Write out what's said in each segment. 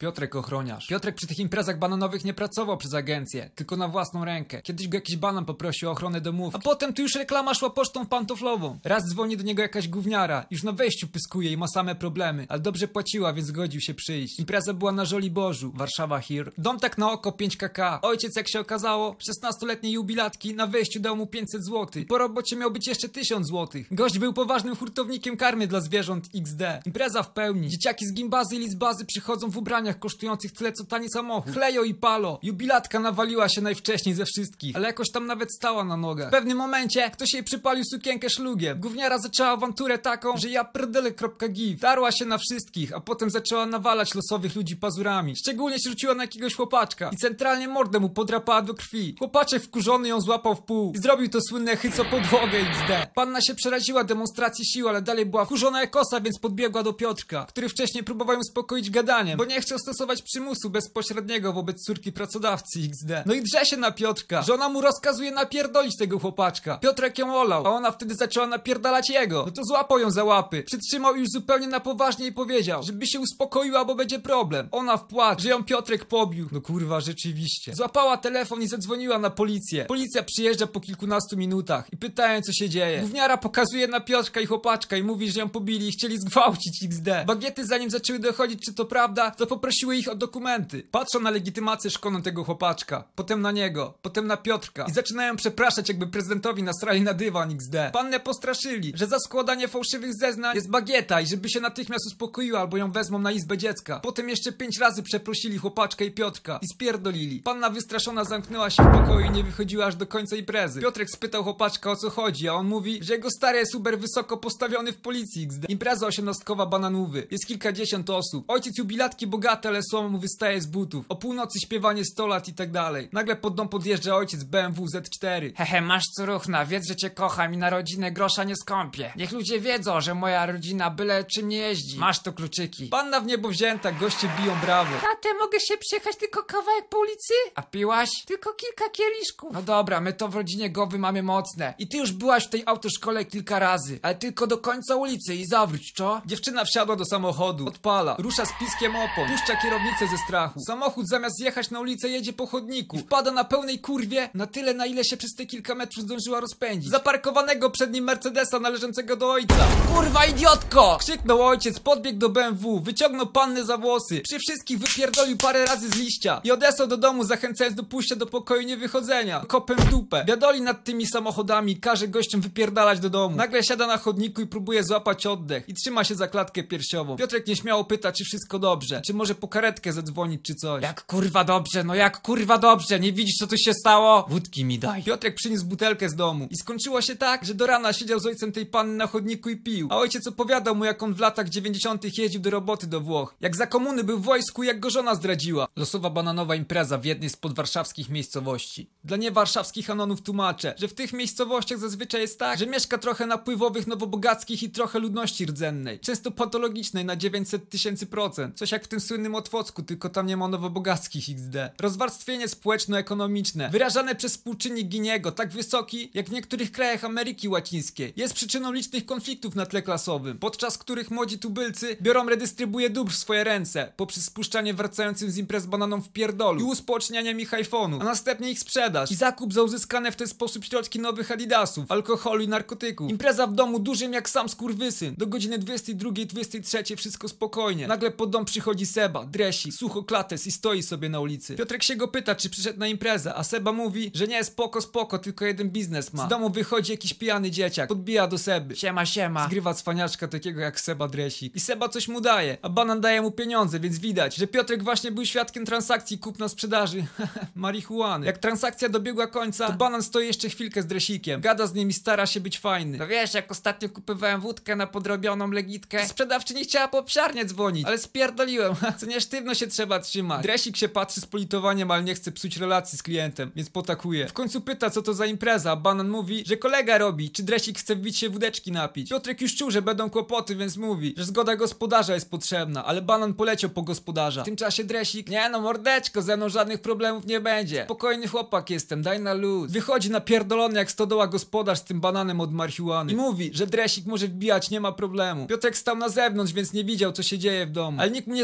Piotrek ochroniarz. Piotrek przy tych imprezach bananowych nie pracował przez agencję, tylko na własną rękę. Kiedyś go jakiś banan poprosił o ochronę domówki, a potem tu już reklama szła pocztą pantoflową. Raz dzwoni do niego jakaś gówniara, już na wejściu pyskuje i ma same problemy, ale dobrze płaciła, więc zgodził się przyjść. Impreza była na Żoliborzu, Warszawa Here. Dom tak na oko 5 kk. Ojciec, jak się okazało, 16-letniej jubilatki na wejściu dał mu 500 zł. Po robocie miał być jeszcze 1000 zł. Gość był poważnym hurtownikiem karmy dla zwierząt XD. Impreza w pełni. Dzieciaki z gimbazy i liczbazy przychodzą w ubraniach kosztujących tyle co tani samochód. Chlejo i palo. Jubilatka nawaliła się najwcześniej ze wszystkich, ale jakoś tam nawet stała na nogach. W pewnym momencie ktoś jej przypalił sukienkę szlugiem. Gówniara zaczęła awanturę taką, że ja prdele.gif. Darła się na wszystkich, a potem zaczęła nawalać losowych ludzi pazurami. Szczególnie się rzuciła na jakiegoś chłopaczka i centralnie mordę mu podrapała do krwi. Chłopaczek wkurzony ją złapał w pół i zrobił to słynne chyco podłogę XD. Panna się przeraziła demonstracji sił, ale dalej była wkurzona jak osa, więc podbiegła do Piotrka, który wcześniej próbował ją uspokoić gadaniem, bo nie chciał stosować przymusu bezpośredniego wobec córki pracodawcy XD. No i drze się na Piotrka, że ona mu rozkazuje napierdolić tego chłopaczka. Piotrek ją olał, a ona wtedy zaczęła napierdalać jego. No to złapał ją za łapy, przytrzymał już zupełnie na poważnie i powiedział, żeby się uspokoiła, bo będzie problem. Ona w płacz, że ją Piotrek pobił. No kurwa, rzeczywiście. Złapała telefon i zadzwoniła na policję. Policja przyjeżdża po kilkunastu minutach i pytają, co się dzieje. Gówniara pokazuje na Piotrka i chłopaczka i mówi, że ją pobili i chcieli zgwałcić XD. Bagiety, zanim zaczęły dochodzić, czy to prawda, to poprosiły ich o dokumenty. Patrzą na legitymację szkolną tego chłopaczka, potem na niego, potem na Piotrka i zaczynają przepraszać, jakby prezydentowi nasrali na dywan XD. Pannę postraszyli, że za składanie fałszywych zeznań jest bagieta i żeby się natychmiast uspokoiła, albo ją wezmą na izbę dziecka. Potem jeszcze 5 razy przeprosili chłopaczka i Piotrka i spierdolili. Panna wystraszona zamknęła się w pokoju i nie wychodziła aż do końca imprezy. Piotrek spytał chłopaczka, o co chodzi, a on mówi, że jego stary jest uber wysoko postawiony w policji XD. Impreza 18-tkowa bananówy. Jest kilkadziesiąt osób. Ojciec jubilatki bogaty, ale słowo mu wystaje z butów. O północy śpiewanie 100 lat i tak dalej. Nagle pod dom podjeżdża ojciec BMW Z4. Hehe, masz curuchna, wiedz, że cię kocham i na rodzinę grosza nie skąpię. Niech ludzie wiedzą, że moja rodzina byle czym nie jeździ. Masz tu kluczyki. Panna w niebo wzięta, goście biją brawo. Tatę, mogę się przejechać tylko kawałek po ulicy? A piłaś? Tylko kilka kieliszków. No dobra, my to w rodzinie Gowy mamy mocne. I ty już byłaś w tej autoszkole kilka razy, ale tylko do końca ulicy i zawróć, co? Dziewczyna wsiadła do samochodu, odpala, rusza z piskiem opon, puszcza kierownicę ze strachu. Samochód zamiast jechać na ulicę jedzie po chodniku i wpada na pełnej kurwie na tyle, na ile się przez te kilka metrów zdążyła rozpędzić. Zaparkowanego przed nim Mercedesa należącego do ojca. Kurwa, idiotko! Krzyknął ojciec, podbiegł do BMW, wyciągnął pannę za włosy, przy wszystkich wypierdolił parę razy z liścia i odesłał do domu, zachęcając do pójścia do pokoju niewychodzenia. Kopem w dupę. Biadoli nad tymi samochodami, każe gościom wypierdalać do domu. Nagle siada na chodniku i próbuje złapać oddech i trzyma się za klatkę piersiową. Piotrek nieśmiało pyta, czy wszystko dobrze, czy może po karetkę zadzwonić, czy coś. Jak kurwa dobrze, no jak kurwa dobrze, nie widzisz, co tu się stało? Wódki mi daj. Piotrek przyniósł butelkę z domu i skończyło się tak, że do rana siedział z ojcem tej panny na chodniku i pił, a ojciec opowiadał mu, jak on w latach 90. jeździł do roboty do Włoch, jak za komuny był w wojsku, jak go żona zdradziła. Losowa bananowa impreza w jednej z podwarszawskich miejscowości. Dla niewarszawskich anonów tłumaczę, że w tych miejscowościach zazwyczaj jest tak, że mieszka trochę napływowych nowobogackich i trochę ludności rdzennej, często patologicznej na 900 000%. Coś jak w tym słynnym Otwocku, tylko tam nie ma nowobogackich XD. Rozwarstwienie społeczno-ekonomiczne, wyrażane przez współczynnik Giniego, tak wysoki, jak w niektórych krajach Ameryki Łacińskiej, jest przyczyną licznych konfliktów na tle klasowym, podczas których młodzi tubylcy biorą redystrybuję dóbr w swoje ręce, poprzez spuszczanie wracającym z imprez bananom w pierdolu i uspołecznianiem ich iPhone'ów, a następnie ich sprzedaż i zakup za uzyskane w ten sposób środki nowych adidasów, alkoholu i narkotyków. Impreza w domu dużym jak sam skurwysyn. Do godziny 22-23 wszystko spokojnie. Nagle pod dom przychodzi Seba, dresi, sucho klates i stoi sobie na ulicy. Piotrek się go pyta, czy przyszedł na imprezę, a Seba mówi, że nie, spoko, tylko jeden biznes ma. Z domu wychodzi jakiś pijany dzieciak, podbija do Seby. Siema. Zgrywa cwaniaczka takiego jak Seba Dresik. I Seba coś mu daje, a banan daje mu pieniądze, więc widać, że Piotrek właśnie był świadkiem transakcji kupna-sprzedaży marihuany. Jak transakcja dobiegła końca, to banan stoi jeszcze chwilkę z Dresikiem. Gada z nim i stara się być fajny. No wiesz, jak ostatnio kupowałem wódkę na podrobioną legitkę, Sprzedawczyni chciała po obsiarnie dzwonić, ale spierdoliłem. Co nie sztywno się trzeba trzymać. Dresik się patrzy z politowaniem, ale nie chce psuć relacji z klientem, więc potakuje. W końcu pyta, co to za impreza, a banan mówi, że kolega robi, czy Dresik chce wbić się wódeczki napić. Piotrek już czuł, że będą kłopoty, więc mówi, że zgoda gospodarza jest potrzebna, ale banan poleciał po gospodarza. W tym czasie Dresik, nie no mordeczko, ze mną żadnych problemów nie będzie. Spokojny chłopak jestem, daj na luz. Wychodzi napierdolony jak stodoła gospodarz z tym bananem od marihuany i mówi, że Dresik może wbijać, nie ma problemu. Piotrek stał na zewnątrz, więc nie widział, co się dzieje w domu, ale nikt mu nie zgłaszał żadnych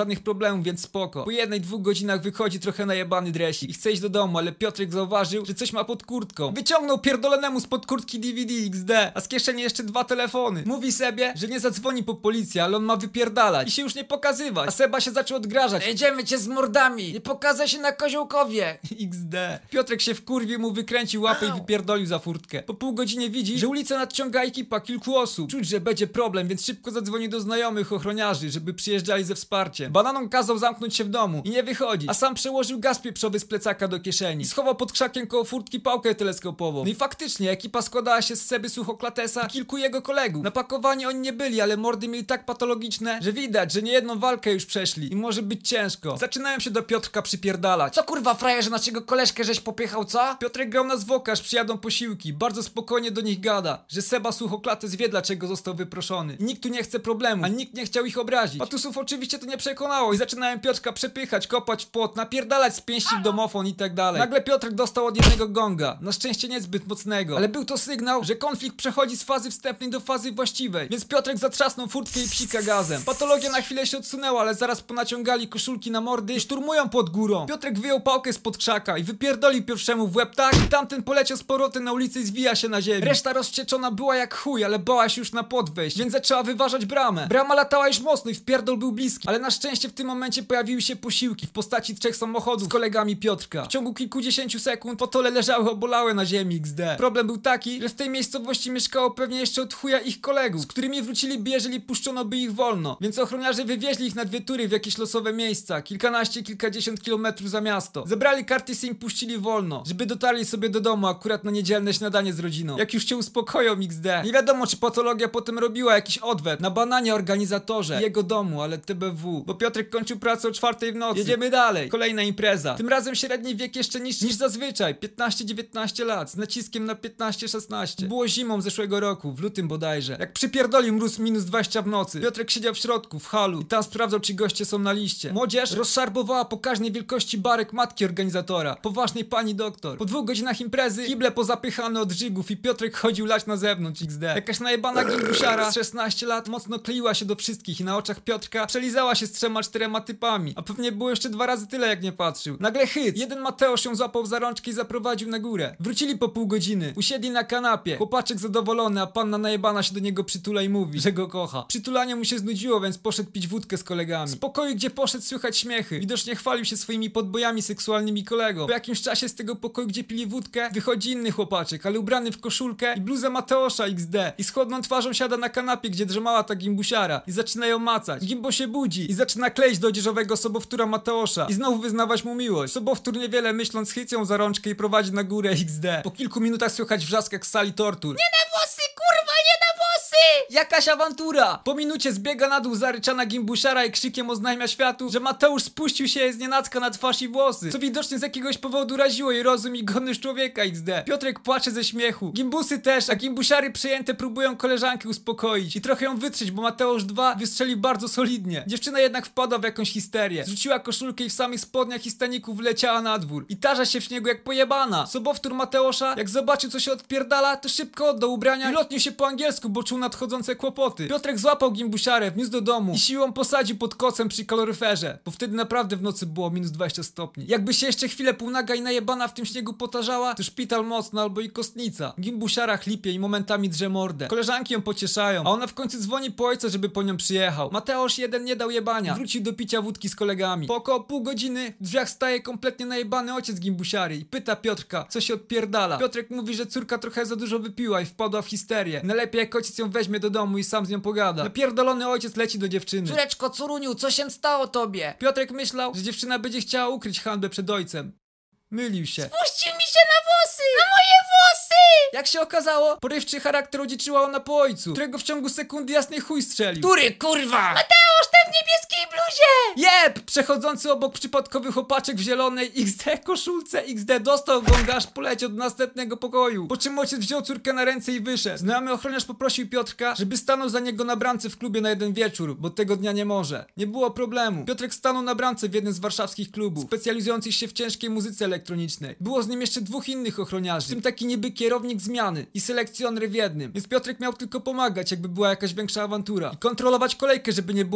żadnych problemów, więc spoko. Po 1-2 godzinach wychodzi trochę najebany dresik i chce iść do domu, ale Piotrek zauważył, że coś ma pod kurtką. Wyciągnął pierdolonemu spod kurtki DVD XD, a z kieszeni jeszcze 2 telefony. Mówi sobie, że nie zadzwoni po policję, ale on ma wypierdalać i się już nie pokazywać. A Seba się zaczął odgrażać. Jedziemy cię z mordami, nie pokazać się na Koziołkowie. XD. Piotrek się wkurwił, mu wykręcił łapę i wypierdolił za furtkę. Po pół godzinie widzi, że ulicę nadciąga ekipa kilku osób. Czuć, że będzie problem, więc szybko zadzwonił do znajomych ochroniarzy, żeby przyjeżdżali ze wsparciem. Bananom kazał zamknąć się w domu i nie wychodzić, a sam przełożył gaz pieprzowy z plecaka do kieszeni. Schował pod krzakiem koło furtki pałkę teleskopową. No i faktycznie ekipa składała się z Seby Suchoklatesa i kilku jego kolegów. Napakowani oni nie byli, ale mordy mieli tak patologiczne, że widać, że niejedną walkę już przeszli i może być ciężko. Zaczynają się do Piotrka przypierdalać. Co kurwa frajerze, naszego koleżkę żeś popychał, co? Piotrek grał na zwłokę, aż przyjadą posiłki. Bardzo spokojnie do nich gada, że Seba Suchoklates wie, dlaczego został wyproszony. I nikt tu nie chce problemu, a nikt nie chciał ich obrazić. Patusów oczywiście to nie przekonało i zaczynają Piotrka przepychać, kopać w płot, napierdalać z pięści w domofon i tak dalej. Nagle Piotrek dostał od jednego gonga, na szczęście niezbyt mocnego, ale był to sygnał, że konflikt przechodzi z fazy wstępnej do fazy właściwej, więc Piotrek zatrzasnął furtkę i psika gazem. Patologia na chwilę się odsunęła, ale zaraz ponaciągali koszulki na mordy i szturmują pod górą. Piotrek wyjął pałkę spod krzaka i wypierdolił pierwszemu w łeb tak, i tamten poleciał z powrotem na ulicę i zwija się na ziemi. Reszta rozwścieczona była jak chuj, ale bała się już na płot wejść, więc zaczęła wyważać bramę. Brama latała już mocno i wpierdol był bliski, ale na szczęście w tym momencie pojawiły się posiłki w postaci 3 samochodów z kolegami Piotrka. W ciągu kilkudziesięciu sekund potole leżały obolałe na ziemi XD. Problem był taki, że w tej miejscowości mieszkało pewnie jeszcze od chuja ich kolegów, z którymi wróciliby, jeżeli puszczono by ich wolno. Więc ochroniarze wywieźli ich na 2 tury w jakieś losowe miejsca, kilkanaście, kilkadziesiąt kilometrów za miasto. Zebrali karty i im puścili wolno, żeby dotarli sobie do domu akurat na niedzielne śniadanie z rodziną. Jak już się uspokoją XD. Nie wiadomo, czy patologia potem robiła jakiś odwet na bananie organizatorze jego domu, ale TBW. Bo Piotrek kończył pracę o 4 w nocy. Jedziemy dalej. Kolejna impreza. Tym razem średni wiek jeszcze niż zazwyczaj. 15-19 lat. Z naciskiem na 15-16. Było zimą zeszłego roku, w lutym bodajże. Jak przypierdolił mróz -20 w nocy. Piotrek siedział w środku, w halu i tam sprawdzał, czy goście są na liście. Młodzież rozszarbowała pokaźnej wielkości barek matki organizatora. Poważnej pani doktor. Po 2 godzinach imprezy kible pozapychane od żygów i Piotrek chodził lać na zewnątrz XD. Jakaś najebana gimbusiara z 16 lat mocno kleiła się do wszystkich i na oczach Piotrka przelizała się z 3-4 typami. A pewnie było jeszcze 2 razy tyle, jak nie patrzył. Nagle hyc. Jeden Mateusz ją złapał za rączkę i zaprowadził na górę. Wrócili po pół godziny. Usiedli na kanapie. Chłopaczek zadowolony, a panna najebana się do niego przytula i mówi, że go kocha. Przytulanie mu się znudziło, więc poszedł pić wódkę z kolegami. Z pokoju, gdzie poszedł, słychać śmiechy. Widocznie chwalił się swoimi podbojami seksualnymi kolegą. Po jakimś czasie z tego pokoju, gdzie pili wódkę, wychodzi inny chłopaczek, ale ubrany w koszulkę i bluzę Mateusza XD. I z chłodną twarzą siada na kanapie, gdzie drzemała ta gimbusiara. I zaczyna ją macać. Gimbo się budzi i zaczyna kleić do odzieżowego sobowtóra Mateusza. I znowu wyznawać mu miłość. Sobowtór niewiele myśląc chycą za rączkę i prowadzi na górę XD. Po kilku minutach słychać wrzask jak z sali tortur. Nie na włosy, kurwa, nie na włosy! Jakaś awantura! Po minucie zbiega na dół zaryczana gimbusiara i krzykiem oznajmia światu, że Mateusz spuścił się jej znienacka na twarz i włosy, co widocznie z jakiegoś powodu raziło jej rozum i godność człowieka XD. Piotrek płacze ze śmiechu. Gimbusy też, a gimbusiary przejęte próbują koleżankę uspokoić i trochę ją wytrzeć, bo Mateusz 2 wystrzelił bardzo solidnie. Dziewczyna jednak wpadła w jakąś histerię. Zrzuciła koszulkę i w samych spodniach i staników wleciała na dwór. I tarza się w śniegu jak pojebana. Sobowtór Mateusza, jak zobaczył, co się odpierdala, to szybko oddał ubrania i lotnił się po angielsku, bo czuł nadchodzące kłopoty. Piotrek złapał gimbusiarę, wniósł do domu i siłą posadził pod kocem przy kaloryferze, bo wtedy naprawdę w nocy było -20 stopni. Jakby się jeszcze chwilę półnaga i najebana w tym śniegu potarzała, to szpital mocno albo i kostnica. Gimbusiara chlipie i momentami drze mordę. Koleżanki ją pocieszają, a ona w końcu dzwoni po ojca, żeby po nią przyjechał. Mateusz 1 nie dał jebania. Wrócił do picia wódki z kolegami. Po około pół godziny w drzwiach staje kompletnie najebany ojciec gimbusiary i pyta Piotrka, co się odpierdala. Piotrek mówi, że córka trochę za dużo wypiła i wpadła w histerię. Najlepiej jak ojciec ją weźmie do domu i sam z nią pogada. Napierdolony ojciec leci do dziewczyny. Córeczko, córuniu, co się stało tobie? Piotrek myślał, że dziewczyna będzie chciała ukryć handlę przed ojcem. Mylił się. Puścił mi się na włosy! Na moje włosy! Jak się okazało, porywczy charakter odziedziczyła ona po ojcu, którego w ciągu sekundy jasny chuj strzelił. Który kurwa? Mateusz, ten w niebieskiej bluzie! Jeb! Przechodzący obok przypadkowy chłopaczek w zielonej XD koszulce XD dostał gonga, aż poleciał do następnego pokoju. Po czym ojciec wziął córkę na ręce i wyszedł. Znajomy ochroniarz poprosił Piotrka, żeby stanął za niego na bramce w klubie na jeden wieczór, bo tego dnia nie może. Nie było problemu. Piotrek stanął na bramce w jednym z warszawskich klubów, specjalizujących się w ciężkiej muzyce elektronicznej. Było z nim jeszcze 2 innych ochroniarzy, w tym taki niby kierownik zmiany i selekcjoner w jednym. Więc Piotrek miał tylko pomagać, jakby była jakaś większa awantura. I kontrolować kolejkę, żeby nie było przepychania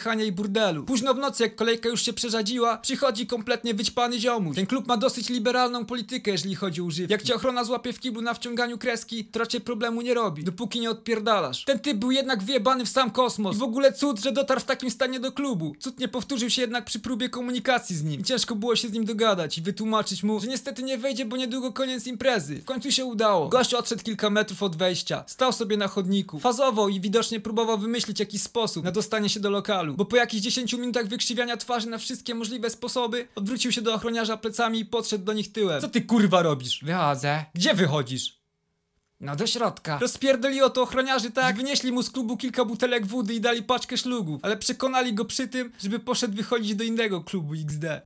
oddychania i burdelu. Późno w nocy, jak kolejka już się przerzadziła, przychodzi kompletnie wyćpany ziomuś. Ten klub ma dosyć liberalną politykę, jeżeli chodzi o używki. Jak cię ochrona złapie w kiblu na wciąganiu kreski, to raczej problemu nie robi, dopóki nie odpierdalasz. Ten typ był jednak wyjebany w sam kosmos. I w ogóle cud, że dotarł w takim stanie do klubu. Cud nie powtórzył się jednak przy próbie komunikacji z nim. I ciężko było się z nim dogadać i wytłumaczyć mu, że niestety nie wejdzie, bo niedługo koniec imprezy. W końcu się udało. Gość odszedł kilka metrów od wejścia. Stał sobie na chodniku. Fazował i widocznie próbował wymyślić jakiś sposób na dostanie się do lokalu. Bo po jakichś 10 minutach wykrzywiania twarzy na wszystkie możliwe sposoby, odwrócił się do ochroniarza plecami i podszedł do nich tyłem. Co ty kurwa robisz? Wychodzę. Gdzie wychodzisz? No do środka. Rozpierdoliło to ochroniarzy tak, że wynieśli mu z klubu kilka butelek wody i dali paczkę szlugów, ale przekonali go przy tym, żeby poszedł wychodzić do innego klubu XD.